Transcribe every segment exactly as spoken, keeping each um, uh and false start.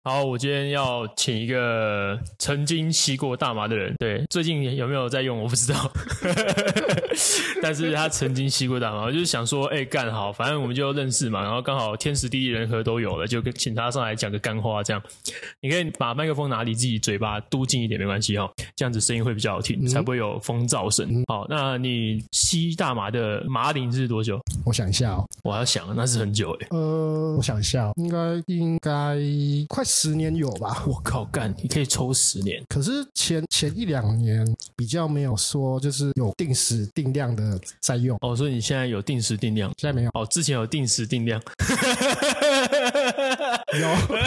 好，我今天要请一个曾经吸过大麻的人，对，最近有没有在用我不知道，但是他曾经吸过大麻，我就是想说，哎、欸，干好，反正我们就认识嘛，然后刚好天时地利人和都有了，就请他上来讲个干话，这样，你可以把麦克风拿离自己嘴巴嘟近一点，没关系哈、哦，这样子声音会比较好听，嗯、才不会有风噪声。嗯、好，那你吸大麻的麻龄是多久？ 我想一下哦， 我要想，那是很久诶。 呃，我想一下、哦，应该应该快十年有吧？ 我靠，干，你可以抽十年。 可是前前一两年比较没有说，就是有定时定量的在用。 哦，所以你现在有定时定量？ 现在没有。 哦，之前有定时定量。 有。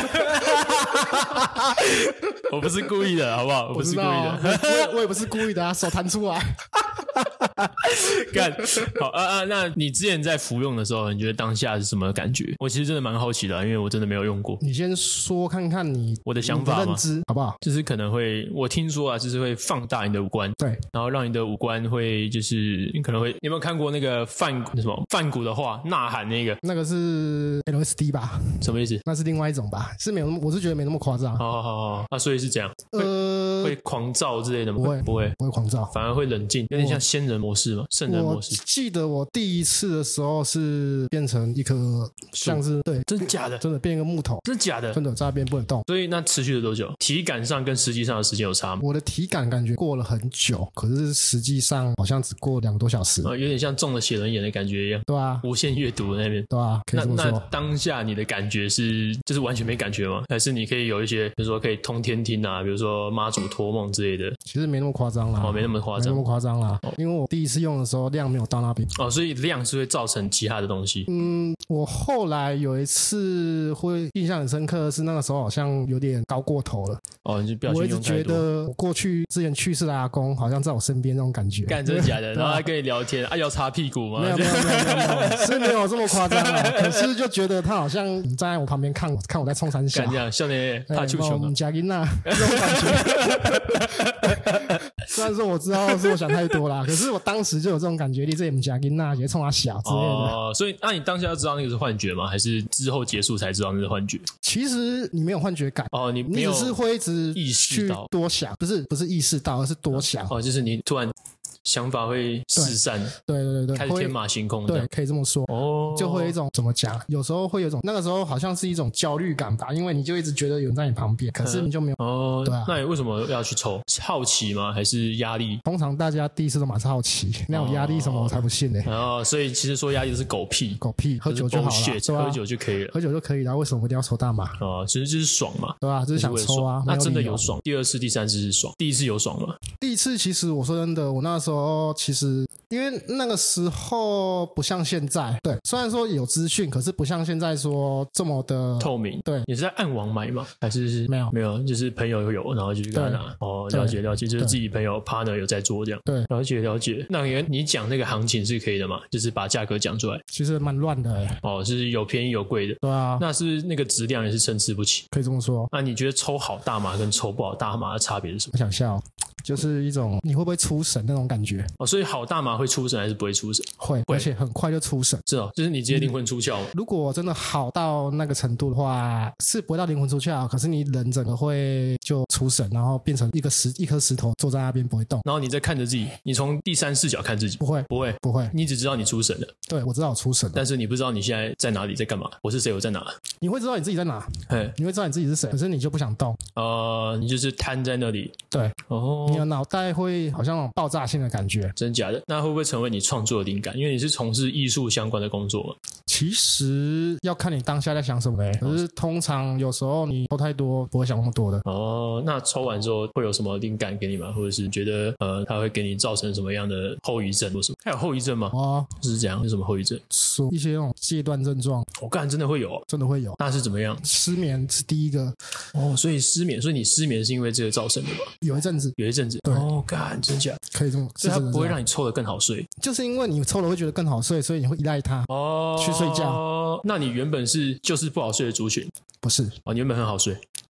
我不是故意的，好不好？我不是故意的， 我, 我, 也我也不是故意的啊，手弹出来。 干好啊啊！那你之前在服用的时候，你觉得当下是什么感觉？我其实真的蛮好奇的、啊，因为我真的没有用过。 你先说看看你我的想法嘛， 认知好不好？ 就是可能会，我听说啊，就是会放大你的五官， 对， 然后让你的五官会就是你可能会，你有没有看过那个梵什么梵谷的画《呐喊》那个？ 那个是 L S D 吧？ 什么意思？ 那是另外一种吧？是没有，我是觉得没那么夸张。 好好好好，那所以是这样？ 呃， 会狂躁之类的吗？ 不会， 不会， 不会狂躁， 反而会冷静，有点像仙人模式嘛，圣人模式。 我记得我第一次的时候是变成一棵像是对， 真的假的？ 真的变一个木头， 真的假的？ 真的在那边不能动。 所以那持续了多久？体感上跟实际上的时间有差吗？ 我的体感感觉过了很久，可是实际上好像只过两个多小时， 啊，有点像中了血人眼的感觉一样。 对啊， 无限阅读那边， 对啊，可以这么说。 那那当下你的感觉是就是完全没感觉吗？还是你可以有一些，比如说可以通天听啊，比如说妈祖托梦之类的？ 其实没那么夸张啦， 哦，没那么夸张， 没那么夸张啦、哦。因为我第一次用的时候量没有到那边。 哦，所以量是会造成其他的东西。 嗯，我后来有一次会印象很深刻的是那个时候好像有点高过头了。 哦，你就不小心用太多。 我一直觉得我过去之前去世的阿公好像在我身边那种感觉。 干，真的假的？然后还跟你聊天啊？要擦屁股吗？ 没有没有没有没有没有，是没有这么夸张啊。可是就觉得他好像站在我旁边看我，看我在冲三小。 干这样，像那怕球球我们家囡仔那种感觉。虽然说我知道是我想太多啦，可是我当时就有这种感觉，你这也不加囡仔，也冲他小之类的。 哦，所以那、啊、你当下要知道那个是幻觉吗？还是之后结束才知道那是幻觉？ 其实你没有幻觉感哦，你没有你只是会一直意识到多想，不是不是意识到，而是多想。 哦，就是你突然想法会四散， 对对对对， 开始天马行空， 对，可以这么说。哦，就会有一种怎么讲？有时候会有一种那个时候好像是一种焦虑感吧，因为你就一直觉得有人在你旁边，可是你就没有。 嗯、哦， 对啊。 那你为什么要去抽？好奇吗？还是压力？ 通常大家第一次都蛮是好奇，那有压力什么我才不信呢、欸。 哦，所以其实说压力是狗屁， 狗屁，喝酒就好了， 对吧、啊？喝酒就可以了， 喝酒就可以了，为什么一定要抽大麻？ 哦，其实就是爽嘛， 对吧、啊？就是想抽啊。 那真的有爽？第二次、第三次是爽，第一次有爽吗？ 第一次其实我说真的，我那时候其实因为那个时候不像现在，对，虽然说有资讯，可是不像现在说这么的透明。 对， 你是在暗网买吗？还是是没有没有？就是朋友有，然后就去跟他拿。哦，了解了解，就是自己朋友 partner 有在做这样。 对， 了解了解。那你讲那个行情是可以的嘛？就是把价格讲出来。 其实蛮乱的哎、欸。 哦，就是有便宜有贵的。 对啊。 那是那个质量也是参差不齐。 可以这么说。 那你觉得抽好大麻跟抽不好大麻的差别是什么？ 我想笑。就是一种你会不会出神那种感觉哦，所以好大麻会出神还是不会出神？ 会，而且很快就出神。 是哦，就是你直接灵魂出窍、嗯。 如果真的好到那个程度的话，是不会到灵魂出窍，可是你人整个会就出神，然后变成一个石一颗石头坐在那边不会动。 然后你再看着自己，你从第三视角看自己， 不会， 不会， 不会， 你只知道你出神了。 对，我知道我出神了， 但是你不知道你现在在哪里，在干嘛？我是谁？我在哪？ 你会知道你自己在哪，你会知道你自己是谁，可是你就不想动。 呃，你就是瘫在那里。 对， 哦， 你的脑袋会好像那种爆炸性的感觉。 真假的？那会不会成为你创作的灵感？因为你是从事艺术相关的工作嘛。 其实要看你当下在想什么嘞。可是通常有时候你抽太多不会想那么多的。 哦，那抽完之后会有什么灵感给你吗？或者是觉得呃，它会给你造成什么样的后遗症或什么？它有后遗症吗？ 哦， 是这样，有什么后遗症？ 说一些那种戒断症状。 我干，真的会有、哦， 真的会有。 那是怎么样？ 失眠是第一个。 哦，所以失眠，所以你失眠是因为这个造成的吗？ 有一阵子， 有一阵子。 对。 哦，干，真假？ 可以这么， 所以它不会让你抽得更好睡， 就是因为你抽了会觉得更好睡，所以你会依赖它哦，去睡觉。 那你原本是就是不好睡的族群？ 不是， 哦，你原本很好睡，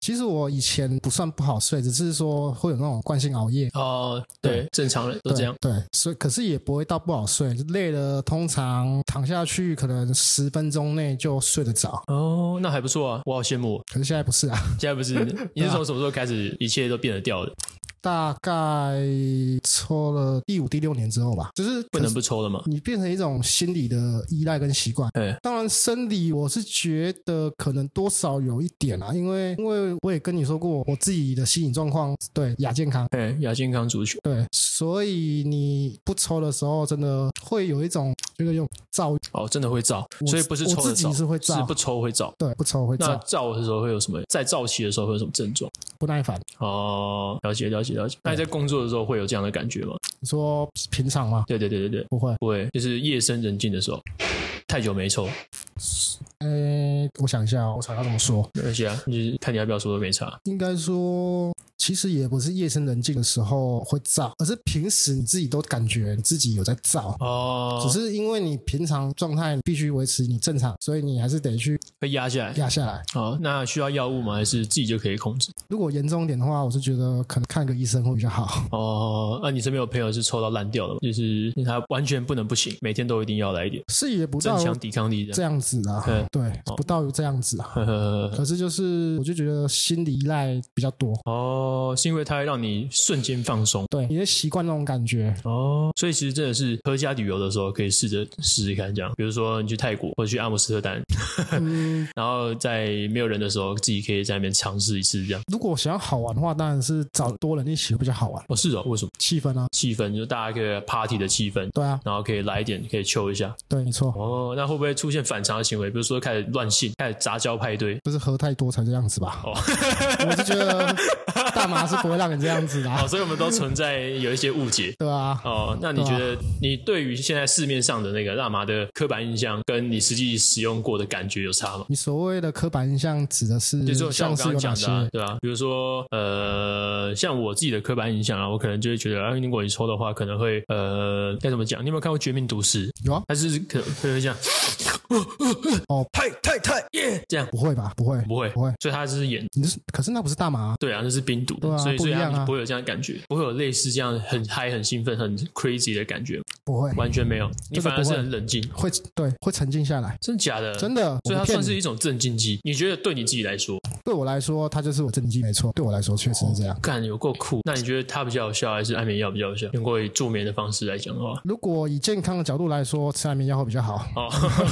其实我以前不算不好睡，只是说会有那种惯性熬夜。 哦，对，对正常人都这样。 对，对所以可是也不会到不好睡，累了通常躺下去可能十分钟内就睡得着。 哦，那还不错啊，我好羡慕。 可是现在不是啊， 现在不是，你是从什么时候开始一切都变得掉的？ 大概抽了第五、第六年之后吧，就是不能不抽了嘛。 你变成一种心理的依赖跟习惯。 对， 当然生理我是觉得可能多少有一点啊，因为因为我也跟你说过，我自己的心理状况对亚健康， 对亚健康族群， 对，所以你不抽的时候，真的会有一种这个用躁哦，真的会躁，所以不是抽的我自己是会躁， 是不抽会躁， 对，不抽会躁。 那躁的时候会有什么？在躁期的时候会有什么症状？ 不耐烦。 哦，了解了解了解。那你在工作的时候会有这样的感觉吗？ 你说平常吗？ 对对对对对， 不会不会，就是夜深人静的时候，太久没抽。 呃，我想一下、哦，我想要怎么说？ 没关系啊，就是看你要不要说都没差。 应该说，其实也不是夜深人静的时候会躁，而是平时你自己都感觉你自己有在躁哦， 只是因为你平常状态必须维持你正常，所以你还是得去被压下来， 压下来。 哦，那需要药物吗？还是自己就可以控制？ 如果严重一点的话，我是觉得可能看个医生会比较好。 哦，那、啊、你身边有朋友是抽到烂掉的吗？就是他完全不能不行，每天都一定要来一点， 是也不到增强抵抗力这样子啊， 嗯、 对， 哦、 不到这样子啊。 呵呵呵可是就是我就觉得心理依赖比较多。 哦，是因为它会让你瞬间放松， 对，你会习惯那种感觉。 哦，所以其实真的是合家旅游的时候可以试着试试看这样，比如说你去泰国或者去阿姆斯特丹，嗯、然后在没有人的时候自己可以在那边尝试一次这样。 如果想要好玩的话，当然是找多人一起会比较好玩。 哦，是哦，为什么？ 气氛啊， 气氛就大家可以 party 的气氛， 对啊， 然后可以来一点，可以 chill 一下， 对，没错。 哦，那会不会出现反常的行为？比如说开始乱性，开始杂交派对？ 不是喝太多才这样子吧？ 哦， 我是觉得大麻是不会让你这样子的、啊。 哦，所以我们都存在有一些误解， 对啊。 哦，那你觉得你对于现在市面上的那个大麻的刻板印象，跟你实际使用过的感觉有差吗？ 你所谓的刻板印象指的是， 就是像我刚刚讲的、啊，对吧、啊？比如说，呃，像我自己的刻板印象啊，我可能就会觉得，啊，如果你抽的话，可能会，呃，该怎么讲？你有没有看过《绝命毒师》？ 有啊， 还是可能会这样？ 哦， 太太太耶，这样不会吧？不会， 不会， 不会。 所以他就是演， 你是，可是那不是大麻、啊。 对啊，那是冰毒， 对啊， 所以所以他啊、 不会有这样的感觉，不会有类似这样很嗨、很兴奋、很 crazy 的感觉， 不会， 完全没有。你反而是很冷静， 会对，会沉静下来。 真的假的？ 真的， 所以它算是一种镇静剂。你觉得对你自己来说？ 对我来说，它就是我镇静剂，没错。对我来说，确实是这样。 干、哦，有够酷。那你觉得它比较有效，还是安眠药比较有效？用过以助眠的方式来讲的话， 如果以健康的角度来说，吃安眠药会比较好。 哦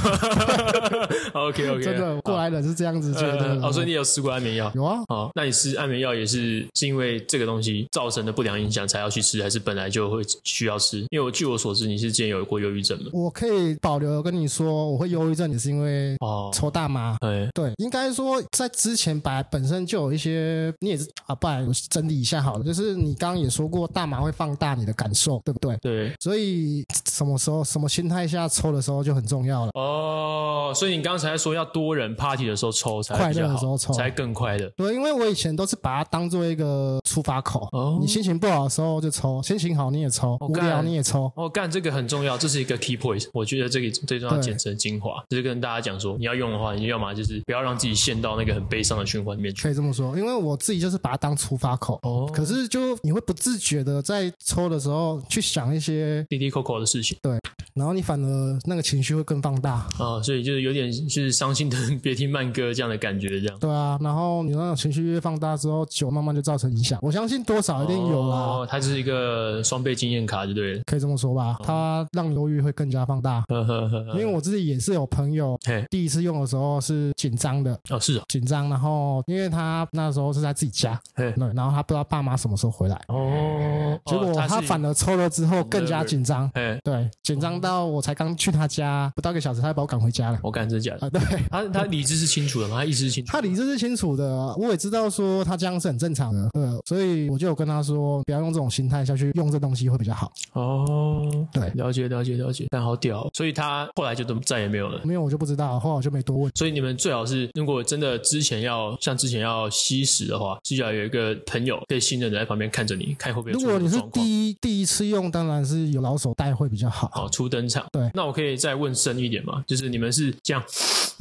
，OK OK， 真的，过来人是这样子觉得。 呃、哦，所以你有吃过安眠药？ 有啊。 哦，那你吃安眠药也是是因为这个东西造成的不良影响才要去吃，还是本来就会需要吃？因为我据我所知，你是之前有过忧郁症的。 我可以保留跟你说，我会忧郁症也是因为哦抽大麻。 对对，应该说在之前本来本身就有一些，你也是啊，不然我整理一下好了，就是你刚刚也说过，大麻会放大你的感受，对不对？ 对。 所以什么时候、什么心态下抽的时候就很重要了。 哦，所以你刚才说要多人 party 的时候抽才快乐的时候抽才更快乐。 对，因为我以前都是把它当做一个出发口。 哦， 你心情不好的时候就抽，心情好你也抽， 哦、 无聊你也抽。 哦，干这个很重要，这是一个 key point。我觉得这个最重要简直精华，就是跟大家讲说，你要用的话，你要嘛就是不要让自己陷到那个很悲伤的循环里面去。 可以这么说，因为我自己就是把它当出发口。 哦， 可是就你会不自觉的在抽的时候去想一些滴滴扣扣的事情。 对，然后你反而那个情绪会更放大。 啊、哦，所以就是有点就是伤心的别听慢歌这样的感觉，这样。 对啊，然后你那种情绪越放大之后，酒慢慢就造成影响。我相信多少一定有啦。 哦，它就是一个双倍经验卡，就对了。 可以这么说吧，哦、它让忧郁会更加放大。 呵呵呵呵， 因为我自己也是有朋友，第一次用的时候是紧张的。 哦，是哦， 紧张。然后因为他那时候是在自己家，对，然后他不知道爸妈什么时候回来。 哦， 结果他反而抽了之后更加紧张。对，紧张到我才刚去他家不到一个小时，他就把我赶回家了。 我赶真的假的？ 啊，对， 他他理智是清楚的吗？他意识是清楚的， 他理智是清楚的，我也知道说他这样是很正常的，对，所以我就有跟他说，不要用这种心态下去用这东西会比较好。 哦， 对， 了解了解了解，但好屌，所以他后来就都再也没有了。 没有我就不知道，后来我就没多问。 所以你们最好是，如果真的之前要像之前要吸食的话，至少有一个朋友可以信任的在旁边看着你，看会不会有出状况。 如果你是第一第一次用，当然是有老手带会比较好。 好，初登场。 对， 那我可以再问深一点吗？就是你们是这样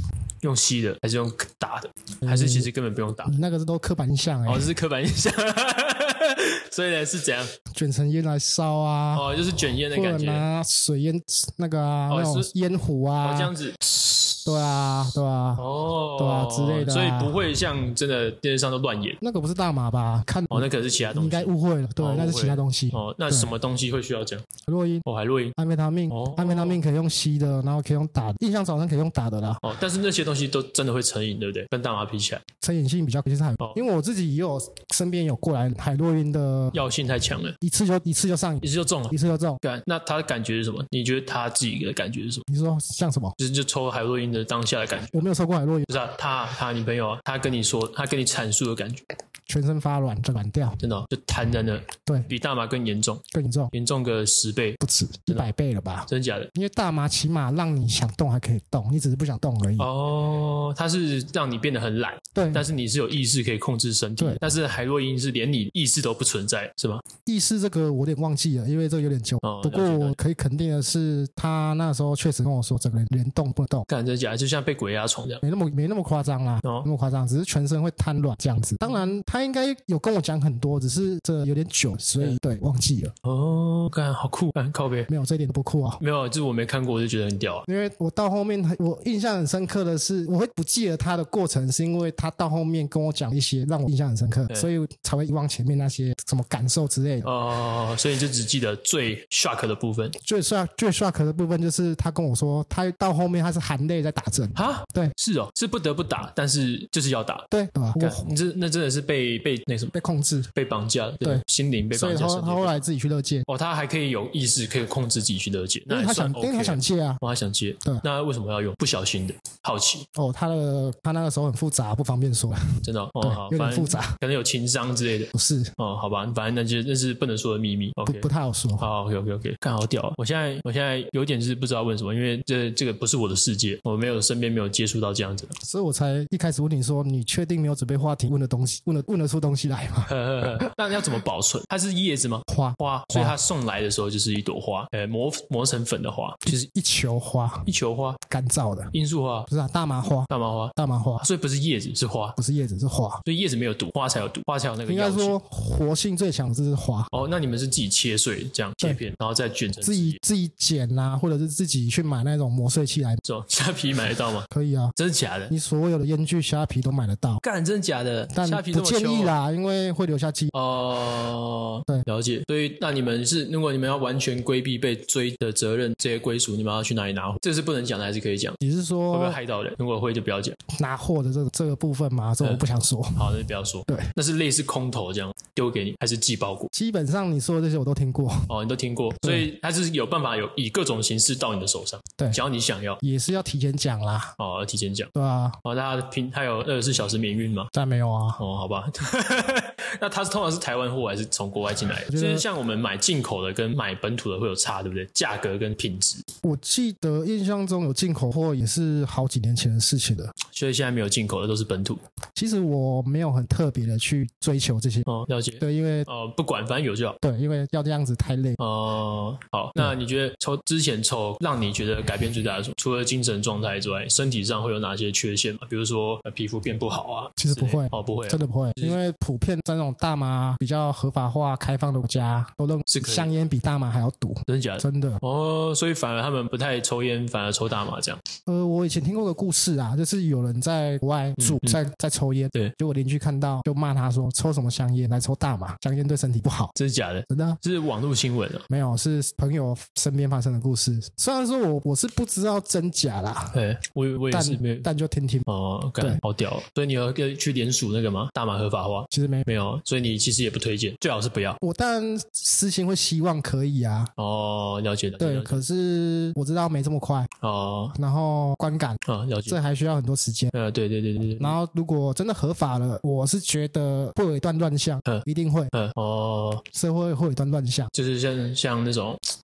用吸的还是用打的？还是其实根本不用打？ 你那个是都刻板印象哎、欸。 哦，这是刻板印象。所以呢是怎样？ 卷成烟来烧啊！ 哦，就是卷烟的感觉。 或者拿水烟那个啊， 哦、 那种烟壶啊， 哦，这样子。 对啊，对啊， 哦， 对啊之类的、啊， 所以不会像真的电视上都乱演。 那个不是大麻吧？看哦，那可能是其他东西， 应该误会了。对， 哦、 那是其他东西。 哦，那什么东西会需要这样？ 海洛因， 哦，海洛因， 安非他命， 哦， 安非他命可以用吸的，然后可以用打的，印象好像可以用打的啦。 哦，但是那些东西都真的会成瘾，对不对？跟大麻比起来， 成瘾性比较就是海，哦、因为我自己也有身边有过来海洛因的， 药性太强了， 一次就一次就上瘾， 一次就中了， 一次就中。 感那他的感觉是什么？你觉得他自己的感觉是什么？ 你说像什么？ 就是就抽海洛因的当下的感觉。 我没有抽过海洛因， 不是啊，他他女朋友啊，他跟你说，他跟你阐述的感觉， 全身发软，就软掉， 真的、哦、就瘫在那， 对， 比大麻更严重， 更严重， 严重个十倍不止，一百倍了吧？ 真的假的？ 因为大麻起码让你想动还可以动，你只是不想动而已。 哦，它是让你变得很懒， 对， 但是你是有意识可以控制身体， 对， 但是海洛因是连你意识都不存在，是吗？ 意识这个我有点忘记了，因为这个有点久。 哦、 不过我可以肯定的是，他那时候确实跟我说，整个人连动不动。 干真的假的？就像被鬼压床这样， 没那么没那么夸张啦， 哦， 那么夸张，只是全身会瘫软这样子。当然，他应该有跟我讲很多，只是这有点久，所以对忘记了。 哦，干好酷，干靠北， 没有这一点都不酷啊。 没有，就是我没看过，我就觉得很屌啊。 因为我到后面，我印象很深刻的是，我会不记得他的过程，是因为他到后面跟我讲一些让我印象很深刻，所以才会遗忘前面那些什么感受之类的。 哦，所以你就只记得最 shock 的部分。 最 shock 最 shock 的部分就是他跟我说，他到后面他是含泪在打针啊， 对， 是哦，是不得不打，但是就是要打， 对，对吧？ 我你这那真的是被被那什么被控制、 被绑架，对， 对心灵被绑架。 所以他他后来自己去勒戒。 哦，他还可以有意识，可以控制自己去勒戒，那因为他想， OK、 因为他想戒啊， 哦，他想戒， 对， 那为什么要用？不小心的，好奇。 哦，他的他那个时候很复杂，不方便说， 真的哦， 对好， 有点复杂， 可能有情商之类的。 不是哦，好吧，反正那就那是不能说的秘密。OK， 不不太好说。 好 ，OK OK OK，看好屌啊！我现在我现在有点是不知道问什么，因为这这个不是我的世界，我没有身边没有接触到这样子的， 所以我才一开始问你说，你确定没有准备话题问的东西，问了问得出东西来吗？ 那要怎么保存？它是叶子吗？ 花花，所以它送来的时候就是一朵花，呃，磨磨成粉的花，就是一球花， 一球花， 干燥的罂粟花， 不是啊，大麻花， 大麻花， 大麻花， 所以不是叶子，是花， 不是叶子，是花， 所以叶子没有毒，花才有毒，花才有那个应该药性。 说活性最强的是花。 哦，那你们是自己切碎这样切片，然后再卷成自己自己剪啊，或者是自己去买那种磨碎器来。 这种虾皮买得到吗？ 可以啊， 真的假的？ 你所有的烟具虾皮都买得到。 干，真的假的？ 但虾皮不建这么秋议啦，因为会留下记忆。 哦， 对， 了解。所以那你们是，如果你们要完全规避被追的责任，这些归属，你们要去哪里拿货？这是不能讲的，还是可以讲？ 你是会说不会害到人？如果会就不要讲。 拿货的这个这个部分吗？这我不想说。 好，那就不要说。 对， 那是类似空投这样丢给你，还是寄包裹？ 基本上你说的这些我都听过。 哦，你都听过，所以它是有办法有以各种形式到你的手上。 对， 只要你想要， 也是要提前讲啦。 哦，要提前讲。 对啊。 哦，那它的平它有二十四小时免运吗？ 但没有啊。 哦，好吧。那它是通常是台湾货还是从国外进来的？就是像我们买进口的跟买本土的会有差，对不对？价格跟品质。 我记得印象中有进口货也是好几年前的事情了， 所以现在没有进口的都是本土。 其实我没有很特别的去追求这些。 哦，了解。 对，因为哦、呃、不管，反正有就好。 对，因为要这样子太累。 哦、呃，好，那你觉得抽之前抽让你觉得改变最大的，除了精神状态之外，身体上会有哪些缺陷吗？比如说、呃、皮肤变不好啊？ 其实不会。 哦，不会、啊， 真的不会，因为普遍在那种大麻比较合法化、开放的国家，都认为香烟比大麻还要毒。 真的假的？ 真的。 哦，所以反而他们不太抽烟，反而抽大麻这样。 呃，我以前听过个故事啊，就是有人在国外住，嗯、在在抽烟， 对， 结果邻居看到就骂他说：“抽什么香烟？来抽大麻，香烟对身体不好。” 真的假的？ 真的、啊， 这是网络新闻啊？ 没有，是朋友身边发生的故事。虽然说我我是不知道真假啦， 对，我我也是没有， 但就听听。 哦，对，好屌、哦。所以你有去联署那个吗？大麻合法化？ 其实没没有，所以你其实也不推荐，最好是不要。 我当然私心会希望可以啊。 哦，了解了。 对，可是我知道没这么快。 哦， 然后观感啊，了解， 这还需要很多时间。 呃，对对对对对。 然后如果真的合法了，我是觉得会有一段乱象， 嗯， 一定会， 嗯，哦， 社会会有一段乱象， 就是像像那种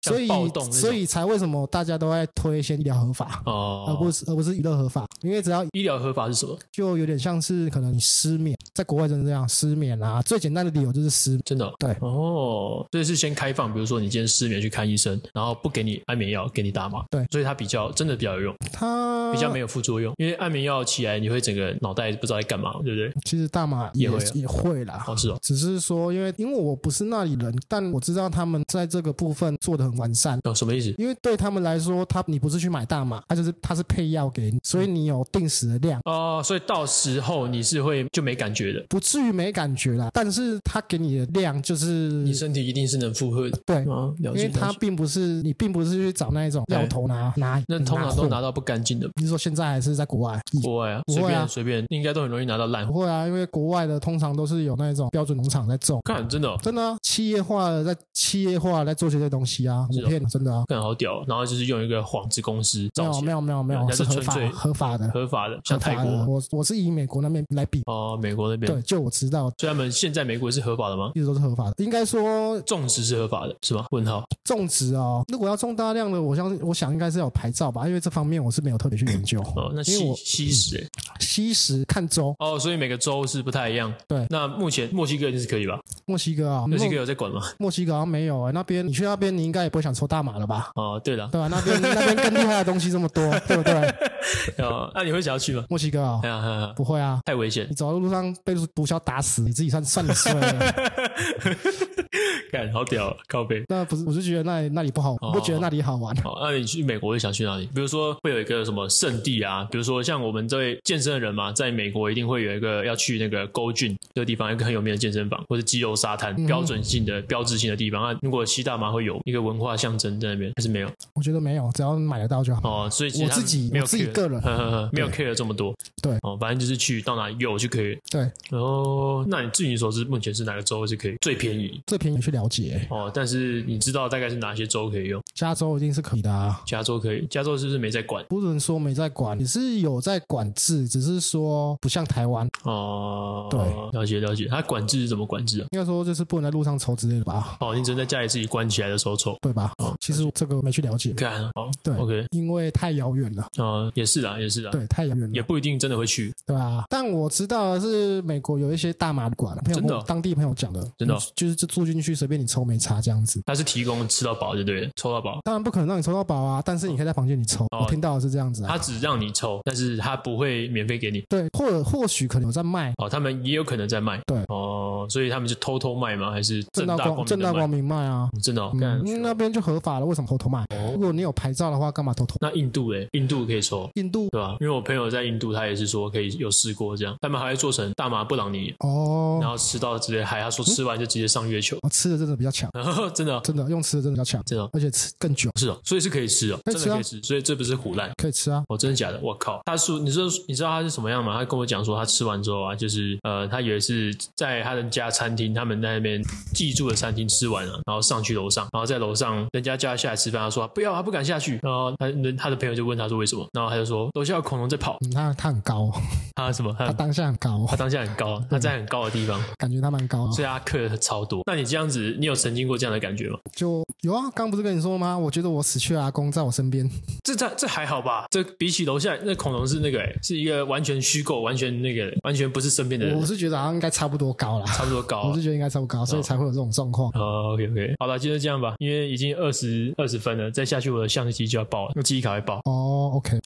所以暴动所以才为什么大家都在推先医疗合法哦， 而不是而不是娱乐合法，因为只要医疗合法是什么？ 就有点像是可能你失眠，在国外真的这样失眠啊，最简单的理由就是失眠， 真的、哦、 对哦，所以是先开放，比如说你今天失眠去看医生，然后不给你安眠药，给你打麻， 对， 所以它比较真的比较有用， 它比较没有副作用，因为安眠药起来你会整个脑袋不知道在干嘛，对不对？ 其实大麻也也会、啊、 也会啦， 哦是哦， 只是说因为因为我不是那里人，但我知道他们在这个部分做得很完善。 哦，什么意思？ 因为对他们来说，他你不是去买大麻，他就是他是配药给你，所以你有定时的量哦，所以到时候你是会就没感觉的， 不至于没感觉啦，但是他给你的量就是你身体一定是能负荷的。 对， 啊、了解， 因为他并不是你并不是去找那一种药头拿拿， 那通常都拿到到不干净的。 你是说现在还是在国外？ 国外啊，随不会啊便随便应该都很容易拿到烂货。 不会啊，因为国外的通常都是有那种标准农场在种， 看真的、哦、 真的啊，企业化的在企业化在做这些东西啊，我骗、哦、真的啊， 看好屌，然后就是用一个幌子公司造起来， 没有没有没有没有，是合法合法的合法的，像泰国， 我我是以美国那边来比哦，美国那边对，就我知道， 所以他们现在美国是合法的吗？ 一直都是合法的，应该说种植是合法的，是吗？问号， 种植哦，如果要种大量的，我相信我想应该是有牌照吧，因为这方面我是没有特别去研究。 哦，那吸吸食诶， 吸食看州哦，所以每个州是不太一样。 对， 那目前墨西哥是可以吧？ 墨西哥啊， 墨西哥有在管吗？ 墨西哥好像没有诶、欸，那边你去那边你应该也不会想抽大麻了吧？ 哦，对了， 对吧、啊？那边那边更厉害的东西这么多，对不对？ 哦，那你会想要去吗？ 墨西哥啊、哦，不会啊， 太危险， 你走在路上被毒枭打死，你自己算算你衰了。 干好屌，靠背。 那不是，我就觉得那里那里不好，我不觉得那里好玩。 哦，那你去美国会想去哪里？比如说会有一个什么圣地啊？比如说像我们这位健身的人嘛，在美国一定会有一个要去那个 Gold Gym 这个地方，一个很有名的健身房，或者肌肉沙滩， 嗯、 标准性的、标志性的地方。那如果吸大麻会有一个文化象征在那边，还是没有？ 我觉得没有，只要买得到就好。 哦，所以其实我自己没有 care, 我自己个人呵呵呵没有 care 这么多。 对， 哦，反正就是去到哪里有就可以。 对， 然后那你据你所知，目前是哪个州是可以最便宜？ 最便宜去了解。 哦，但是你知道大概是哪些州可以用？ 加州一定是可以的啊。 加州可以，加州是不是没在管？ 不能说没在管，也是有在管制，只是说不像台湾。 哦， 对， 了解了解。它管制是怎么管制啊？ 应该说就是不能在路上抽之类的吧？ 哦，你只能在家里自己关起来的时候抽， 对吧？哦，其实这个没去了解。 干哦， 对 ，OK， 因为太遥远了。 哦，也是啦，也是啦， 对，太遥远了， 也不一定真的会去， 对吧？但我知道的是，美国有一些大麻馆，朋友真的、哦， 当地朋友讲的， 真的、哦， 就是就住进去随便你抽没差这样子。 他是提供吃到饱就对了，抽到饱。 当然不可能让你抽到饱啊，但是你可以在房间里抽。 哦、 我听到的是这样子啊， 他只让你抽，但是他不会免费给你。 对，或者或许可能有在卖。 哦，他们也有可能在卖。 对， 哦，所以他们就偷偷卖吗？还是正大光明正大光明卖啊？ 嗯、真的、哦， 嗯，因为那边就合法了，为什么偷偷卖？ 哦、 如果你有牌照的话，干嘛偷偷？ 那印度诶，印度可以抽， 印度对吧？因为我朋友在印度，他也是说可以有试过这样，他们还会做成大麻布朗尼哦， 然后吃到直接还他说吃完就直接上月球， 嗯、吃的真的比较强， 真的、哦、 真的用吃的真的比较强， 真的、哦， 而且吃更久， 是哦，所以是可以吃哦， 可以吃啊、 真的可以吃，所以这不是唬烂， 可以吃啊， 哦，真的假的？我靠，他说你说你知道他是什么样吗？他跟我讲说他吃完之后啊，就是呃，他以为是在他的家餐厅，他们在那边寄住的餐厅吃完了，然后上去楼上，然后在楼上人家叫他下来吃饭，他说不要，他不敢下去，然后他他的朋友就问他说为什么，然后他就说楼下有恐龙在跑， 嗯、他他很高， 他什么？他, 他当下很高， 他当下很高，他在很高的地方， 感觉他蛮高， 所以他课超多。那你这样子，你有曾经过这样的感觉吗？ 就有啊，刚不是跟你说吗？我觉得我死去的阿公在我身边， 这这这还好吧？这比起楼下那恐龙是那个、欸，是一个完全虚构，完全那个，完全不是身边的人。 我是觉得好像应该差不多高啦， 差不多高、啊。 我是觉得应该差不多高，所以才会有这种状况。 哦 ，OK OK， 好了，今天就这样吧，因为已经二十二十分了，再下去我的相机就要爆了，那记忆卡会爆。 哦 ，OK，